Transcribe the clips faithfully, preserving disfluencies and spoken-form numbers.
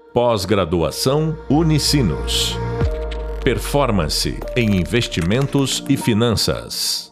Pós-graduação Unicinos. Performance em investimentos e finanças.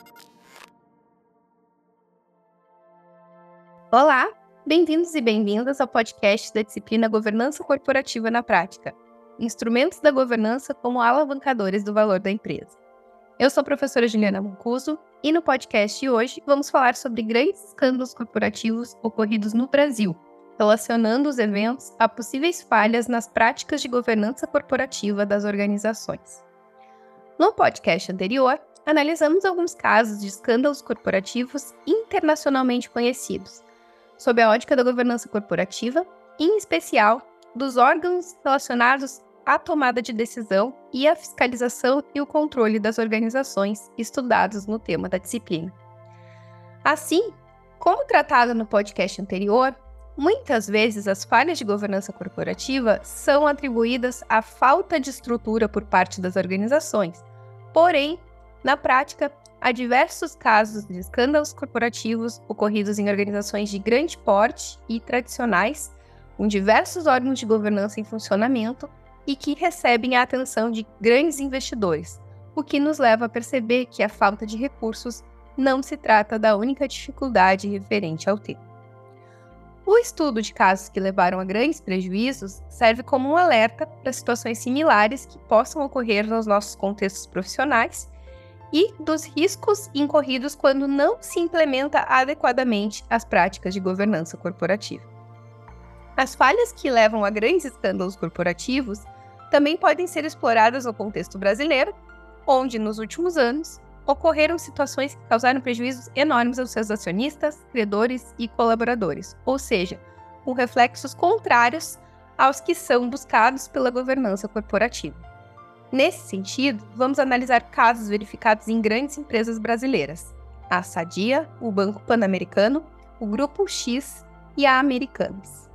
Olá, bem-vindos e bem-vindas ao podcast da disciplina Governança Corporativa na Prática. Instrumentos da governança como alavancadores do valor da empresa. Eu sou a professora Juliana Mancuso e no podcast de hoje vamos falar sobre grandes escândalos corporativos ocorridos no Brasil, relacionando os eventos a possíveis falhas nas práticas de governança corporativa das organizações. No podcast anterior, analisamos alguns casos de escândalos corporativos internacionalmente conhecidos, sob a ótica da governança corporativa, em especial dos órgãos relacionados à tomada de decisão e à fiscalização e o controle das organizações estudados no tema da disciplina. Assim, como tratado no podcast anterior, muitas vezes as falhas de governança corporativa são atribuídas à falta de estrutura por parte das organizações. Porém, na prática, há diversos casos de escândalos corporativos ocorridos em organizações de grande porte e tradicionais, com diversos órgãos de governança em funcionamento e que recebem a atenção de grandes investidores, o que nos leva a perceber que a falta de recursos não se trata da única dificuldade referente ao tema. O estudo de casos que levaram a grandes prejuízos serve como um alerta para situações similares que possam ocorrer nos nossos contextos profissionais e dos riscos incorridos quando não se implementa adequadamente as práticas de governança corporativa. As falhas que levam a grandes escândalos corporativos também podem ser exploradas no contexto brasileiro, onde, nos últimos anos, ocorreram situações que causaram prejuízos enormes aos seus acionistas, credores e colaboradores, ou seja, com reflexos contrários aos que são buscados pela governança corporativa. Nesse sentido, vamos analisar casos verificados em grandes empresas brasileiras, a Sadia, o Banco Pan-Americano, o Grupo X e a Americanas.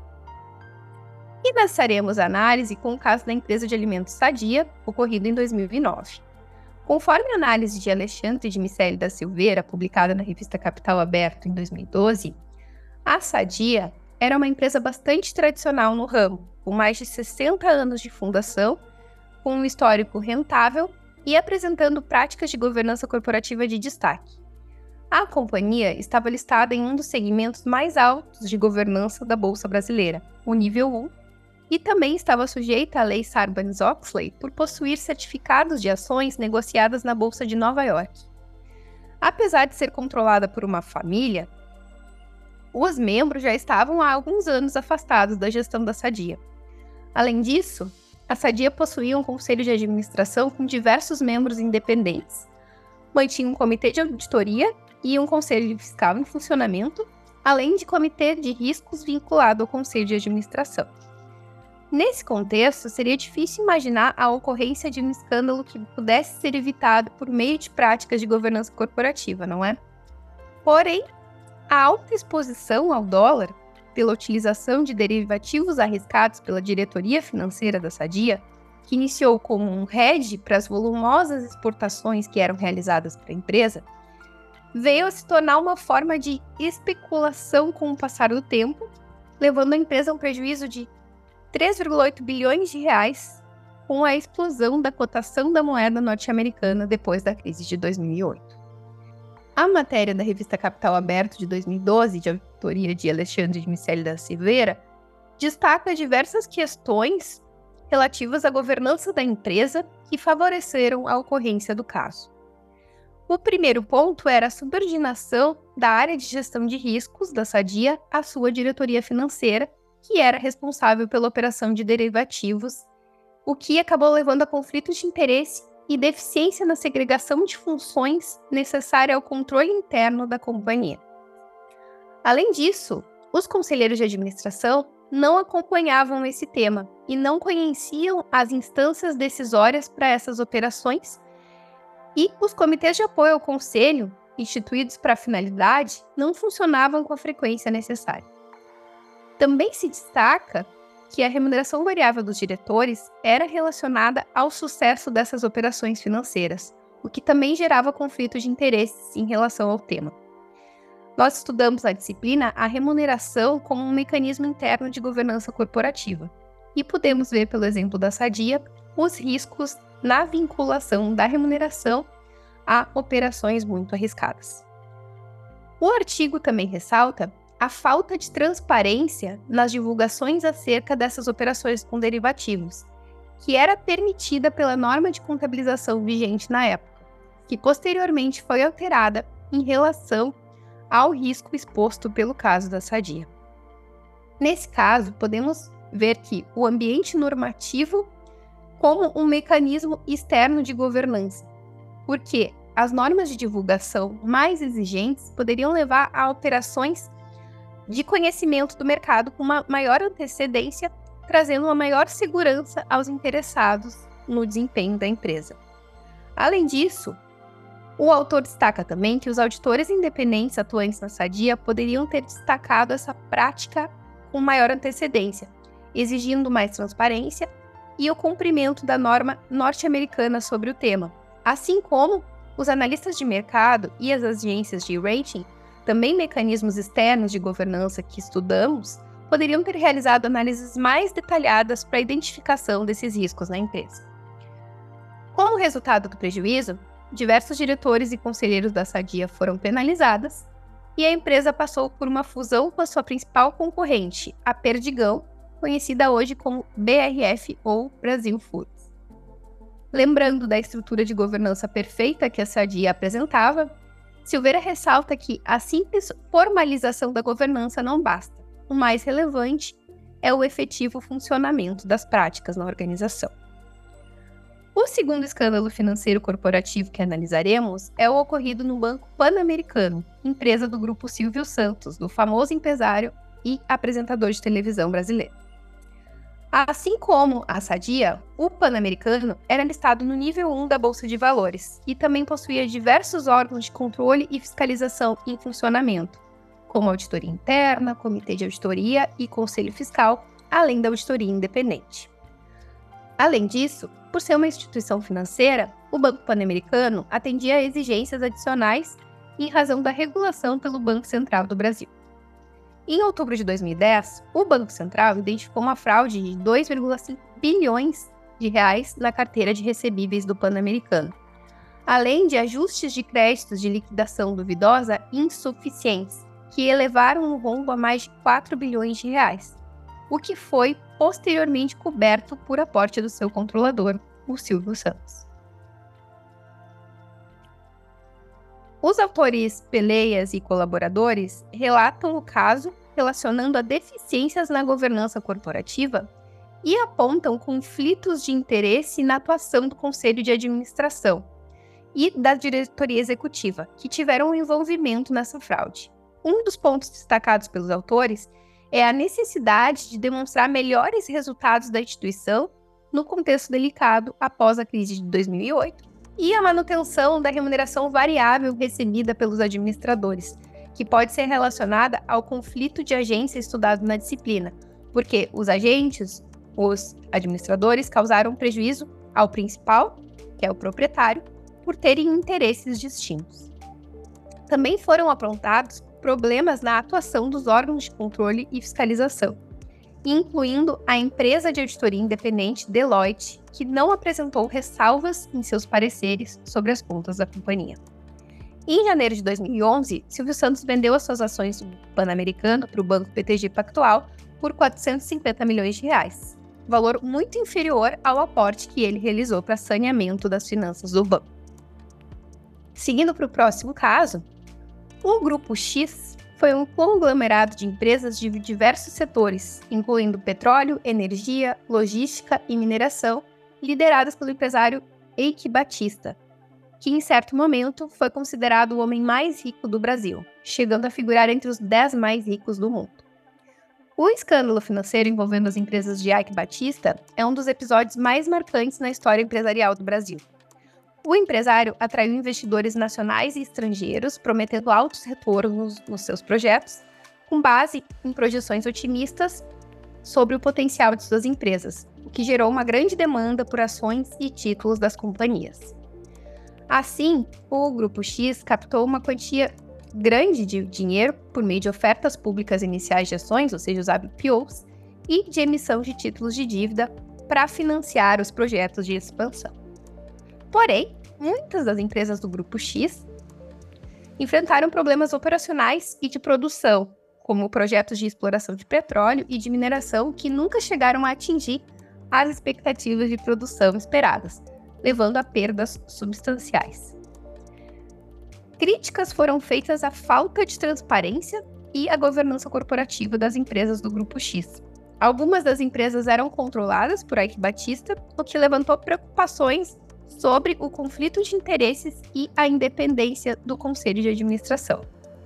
Iniciaremos a análise com o caso da empresa de alimentos Sadia, ocorrido em dois mil e nove. Conforme a análise de Alexandre de Miceli da Silveira, publicada na revista Capital Aberto em dois mil e doze, a Sadia era uma empresa bastante tradicional no ramo, com mais de sessenta anos de fundação, com um histórico rentável e apresentando práticas de governança corporativa de destaque. A companhia estava listada em um dos segmentos mais altos de governança da Bolsa Brasileira, o nível um, e também estava sujeita à lei Sarbanes-Oxley por possuir certificados de ações negociadas na Bolsa de Nova York. Apesar de ser controlada por uma família, os membros já estavam há alguns anos afastados da gestão da Sadia. Além disso, a Sadia possuía um conselho de administração com diversos membros independentes, mantinha um comitê de auditoria e um conselho fiscal em funcionamento, além de comitê de riscos vinculado ao conselho de administração. Nesse contexto, seria difícil imaginar a ocorrência de um escândalo que pudesse ser evitado por meio de práticas de governança corporativa, não é? Porém, a alta exposição ao dólar, pela utilização de derivativos arriscados pela diretoria financeira da Sadia, que iniciou como um hedge para as volumosas exportações que eram realizadas para a empresa, veio a se tornar uma forma de especulação com o passar do tempo, levando a empresa a um prejuízo de três vírgula oito bilhões de reais com a explosão da cotação da moeda norte-americana depois da crise de dois mil e oito. A matéria da revista Capital Aberto de dois mil e doze, de autoria de Alexandre de Miceli da Silveira, destaca diversas questões relativas à governança da empresa que favoreceram a ocorrência do caso. O primeiro ponto era a subordinação da área de gestão de riscos da Sadia à sua diretoria financeira, que era responsável pela operação de derivativos, o que acabou levando a conflitos de interesse e deficiência na segregação de funções necessária ao controle interno da companhia. Além disso, os conselheiros de administração não acompanhavam esse tema e não conheciam as instâncias decisórias para essas operações, e os comitês de apoio ao conselho, instituídos para a finalidade, não funcionavam com a frequência necessária. Também se destaca que a remuneração variável dos diretores era relacionada ao sucesso dessas operações financeiras, o que também gerava conflito de interesses em relação ao tema. Nós estudamos na disciplina a remuneração como um mecanismo interno de governança corporativa, E podemos ver, pelo exemplo da Sadia, os riscos na vinculação da remuneração a operações muito arriscadas. O artigo também ressalta a falta de transparência nas divulgações acerca dessas operações com derivativos, que era permitida pela norma de contabilização vigente na época, que posteriormente foi alterada em relação ao risco exposto pelo caso da Sadia. Nesse caso, podemos ver que o ambiente normativo como um mecanismo externo de governança, porque as normas de divulgação mais exigentes poderiam levar a operações de conhecimento do mercado com uma maior antecedência, trazendo uma maior segurança aos interessados no desempenho da empresa. Além disso, o autor destaca também que os auditores independentes atuantes na Sadia poderiam ter destacado essa prática com maior antecedência, exigindo mais transparência e o cumprimento da norma norte-americana sobre o tema, assim como os analistas de mercado e as agências de rating, também mecanismos externos de governança que estudamos, poderiam ter realizado análises mais detalhadas para a identificação desses riscos na empresa. Como resultado do prejuízo, diversos diretores e conselheiros da Sadia foram penalizados e a empresa passou por uma fusão com a sua principal concorrente, a Perdigão, conhecida hoje como B R F ou Brasil Foods. Lembrando da estrutura de governança perfeita que a Sadia apresentava, Silveira ressalta que a simples formalização da governança não basta. O mais relevante é o efetivo funcionamento das práticas na organização. O segundo escândalo financeiro corporativo que analisaremos é o ocorrido no Banco Pan-Americano, empresa do grupo Silvio Santos, do famoso empresário e apresentador de televisão brasileiro. Assim como a Sadia, o Pan-Americano era listado no nível um da Bolsa de Valores e também possuía diversos órgãos de controle e fiscalização em funcionamento, como auditoria interna, comitê de auditoria e conselho fiscal, além da auditoria independente. Além disso, por ser uma instituição financeira, o Banco Pan-Americano atendia a exigências adicionais em razão da regulação pelo Banco Central do Brasil. Em outubro de dois mil e dez, o Banco Central identificou uma fraude de dois vírgula cinco bilhões de reais na carteira de recebíveis do Pan-Americano, além de ajustes de créditos de liquidação duvidosa insuficientes, que elevaram o rombo a mais de quatro bilhões de reais, o que foi posteriormente coberto por aporte do seu controlador, o Silvio Santos. Os autores Peleias e colaboradores relatam o caso relacionando a deficiências na governança corporativa e apontam conflitos de interesse na atuação do Conselho de Administração e da diretoria executiva, que tiveram um envolvimento nessa fraude. Um dos pontos destacados pelos autores é a necessidade de demonstrar melhores resultados da instituição no contexto delicado após a crise de dois mil e oito e a manutenção da remuneração variável recebida pelos administradores, que pode ser relacionada ao conflito de agência estudado na disciplina, porque os agentes, os administradores, causaram prejuízo ao principal, que é o proprietário, por terem interesses distintos. Também foram apontados problemas na atuação dos órgãos de controle e fiscalização, incluindo a empresa de auditoria independente Deloitte, que não apresentou ressalvas em seus pareceres sobre as contas da companhia. Em janeiro de dois mil e onze, Silvio Santos vendeu as suas ações do Pan-Americano para o Banco B T G Pactual por quatrocentos e cinquenta milhões de reais, valor muito inferior ao aporte que ele realizou para saneamento das finanças do banco. Seguindo para o próximo caso, o Grupo X foi um conglomerado de empresas de diversos setores, incluindo petróleo, energia, logística e mineração, lideradas pelo empresário Eike Batista, que em certo momento foi considerado o homem mais rico do Brasil, chegando a figurar entre os dez mais ricos do mundo. O escândalo financeiro envolvendo as empresas de Eike Batista é um dos episódios mais marcantes na história empresarial do Brasil. O empresário atraiu investidores nacionais e estrangeiros, prometendo altos retornos nos seus projetos, com base em projeções otimistas sobre o potencial de suas empresas, o que gerou uma grande demanda por ações e títulos das companhias. Assim, o Grupo X captou uma quantia grande de dinheiro por meio de ofertas públicas iniciais de ações, ou seja, os I P Os, e de emissão de títulos de dívida para financiar os projetos de expansão. Porém, muitas das empresas do Grupo X enfrentaram problemas operacionais e de produção, como projetos de exploração de petróleo e de mineração que nunca chegaram a atingir as expectativas de produção esperadas, levando a perdas substanciais. Críticas foram feitas à falta de transparência e à governança corporativa das empresas do Grupo X. Algumas das empresas eram controladas por Eike Batista, o que levantou preocupações sobre o conflito de interesses e a independência do conselho de administração.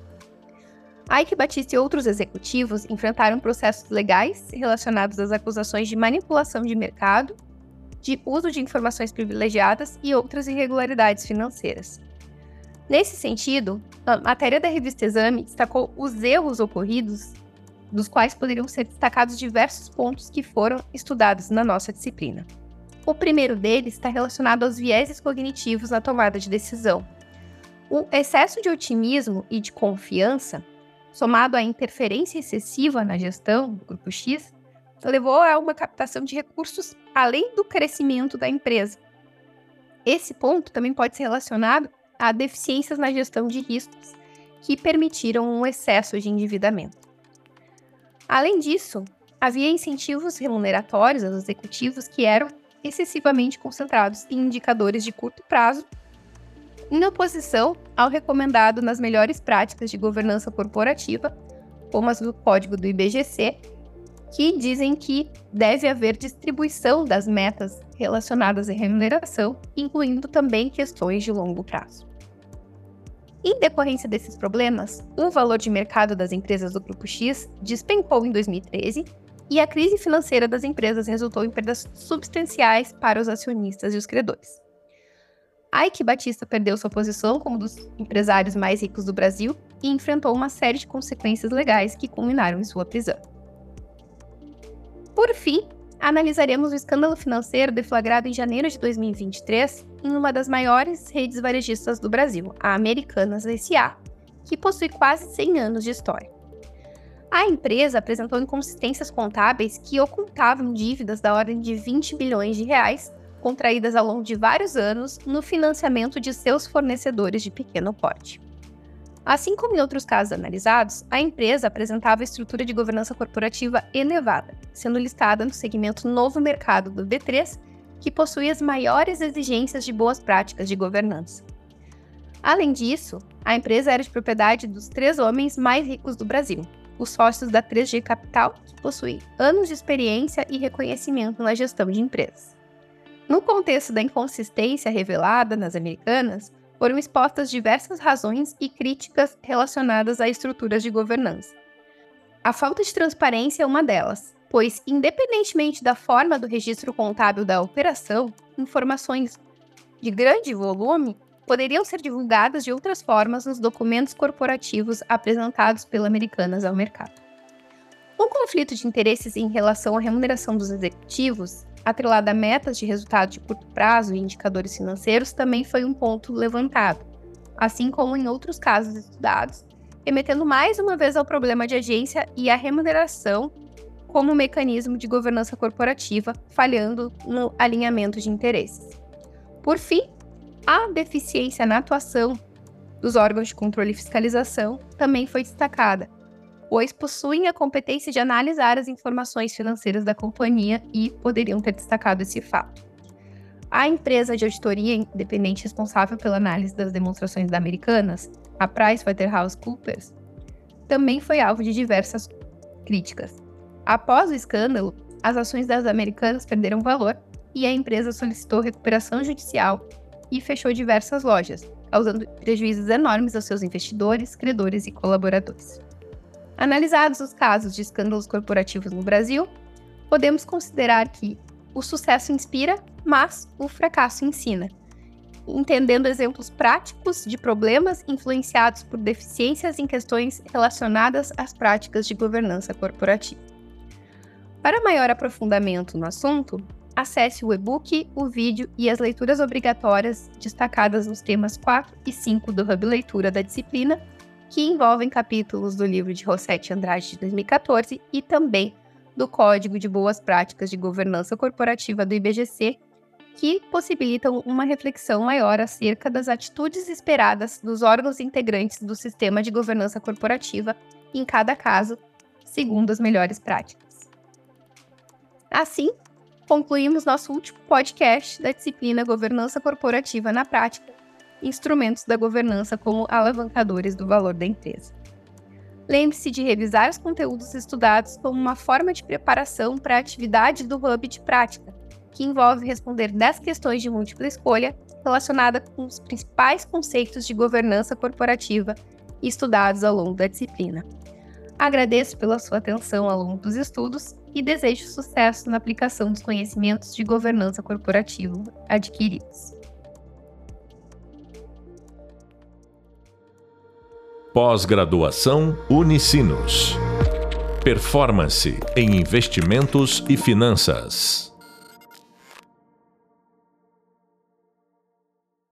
Eike Batista e outros executivos enfrentaram processos legais relacionados às acusações de manipulação de mercado, de uso de informações privilegiadas e outras irregularidades financeiras. Nesse sentido, a matéria da revista Exame destacou os erros ocorridos, dos quais poderiam ser destacados diversos pontos que foram estudados na nossa disciplina. O primeiro deles está relacionado aos vieses cognitivos na tomada de decisão. O excesso de otimismo e de confiança, somado à interferência excessiva na gestão do Grupo X, levou a uma captação de recursos além do crescimento da empresa. Esse ponto também pode ser relacionado a deficiências na gestão de riscos que permitiram um excesso de endividamento. Além disso, havia incentivos remuneratórios aos executivos que eram excessivamente concentrados em indicadores de curto prazo, em oposição ao recomendado nas melhores práticas de governança corporativa, como as do Código do I B G C, que dizem que deve haver distribuição das metas relacionadas à remuneração, incluindo também questões de longo prazo. Em decorrência desses problemas, o valor de mercado das empresas do Grupo X despencou em dois mil e treze e a crise financeira das empresas resultou em perdas substanciais para os acionistas e os credores. Eike Batista perdeu sua posição como um dos empresários mais ricos do Brasil e enfrentou uma série de consequências legais que culminaram em sua prisão. Por fim, analisaremos o escândalo financeiro deflagrado em janeiro de dois mil e vinte e três em uma das maiores redes varejistas do Brasil, a Americanas S A, que possui quase cem anos de história. A empresa apresentou inconsistências contábeis que ocultavam dívidas da ordem de vinte bilhões de reais, contraídas ao longo de vários anos no financiamento de seus fornecedores de pequeno porte. Assim como em outros casos analisados, a empresa apresentava estrutura de governança corporativa elevada, sendo listada no segmento Novo Mercado do B três, que possui as maiores exigências de boas práticas de governança. Além disso, a empresa era de propriedade dos três homens mais ricos do Brasil, os sócios da três G Capital, que possuem anos de experiência e reconhecimento na gestão de empresas. No contexto da inconsistência revelada nas Americanas, foram expostas diversas razões e críticas relacionadas a estruturas de governança. A falta de transparência é uma delas, pois, independentemente da forma do registro contábil da operação, informações de grande volume poderiam ser divulgadas de outras formas nos documentos corporativos apresentados pela Americanas ao mercado. O conflito de interesses em relação à remuneração dos executivos, atrelada a metas de resultado de curto prazo e indicadores financeiros, também foi um ponto levantado, assim como em outros casos estudados, remetendo mais uma vez ao problema de agência e à remuneração como mecanismo de governança corporativa, falhando no alinhamento de interesses. Por fim, a deficiência na atuação dos órgãos de controle e fiscalização também foi destacada, pois possuem a competência de analisar as informações financeiras da companhia e poderiam ter destacado esse fato. A empresa de auditoria independente responsável pela análise das demonstrações da Americanas, a PricewaterhouseCoopers, também foi alvo de diversas críticas. Após o escândalo, as ações das Americanas perderam valor e a empresa solicitou recuperação judicial e fechou diversas lojas, causando prejuízos enormes aos seus investidores, credores e colaboradores. Analisados os casos de escândalos corporativos no Brasil, podemos considerar que o sucesso inspira, mas o fracasso ensina, entendendo exemplos práticos de problemas influenciados por deficiências em questões relacionadas às práticas de governança corporativa. Para maior aprofundamento no assunto, acesse o e-book, o vídeo e as leituras obrigatórias destacadas nos temas quatro e cinco do Hub Leitura da disciplina, que envolvem capítulos do livro de Rossetti Andrade de dois mil e quatorze e também do Código de Boas Práticas de Governança Corporativa do I B G C, que possibilitam uma reflexão maior acerca das atitudes esperadas dos órgãos integrantes do sistema de governança corporativa em cada caso, segundo as melhores práticas. Assim, concluímos nosso último podcast da disciplina Governança Corporativa na Prática, instrumentos da governança como alavancadores do valor da empresa. Lembre-se de revisar os conteúdos estudados como uma forma de preparação para a atividade do Hub de Prática, que envolve responder dez questões de múltipla escolha relacionadas com os principais conceitos de governança corporativa estudados ao longo da disciplina. Agradeço pela sua atenção ao longo dos estudos e desejo sucesso na aplicação dos conhecimentos de governança corporativa adquiridos. Pós-graduação Unicinos. Performance em investimentos e finanças.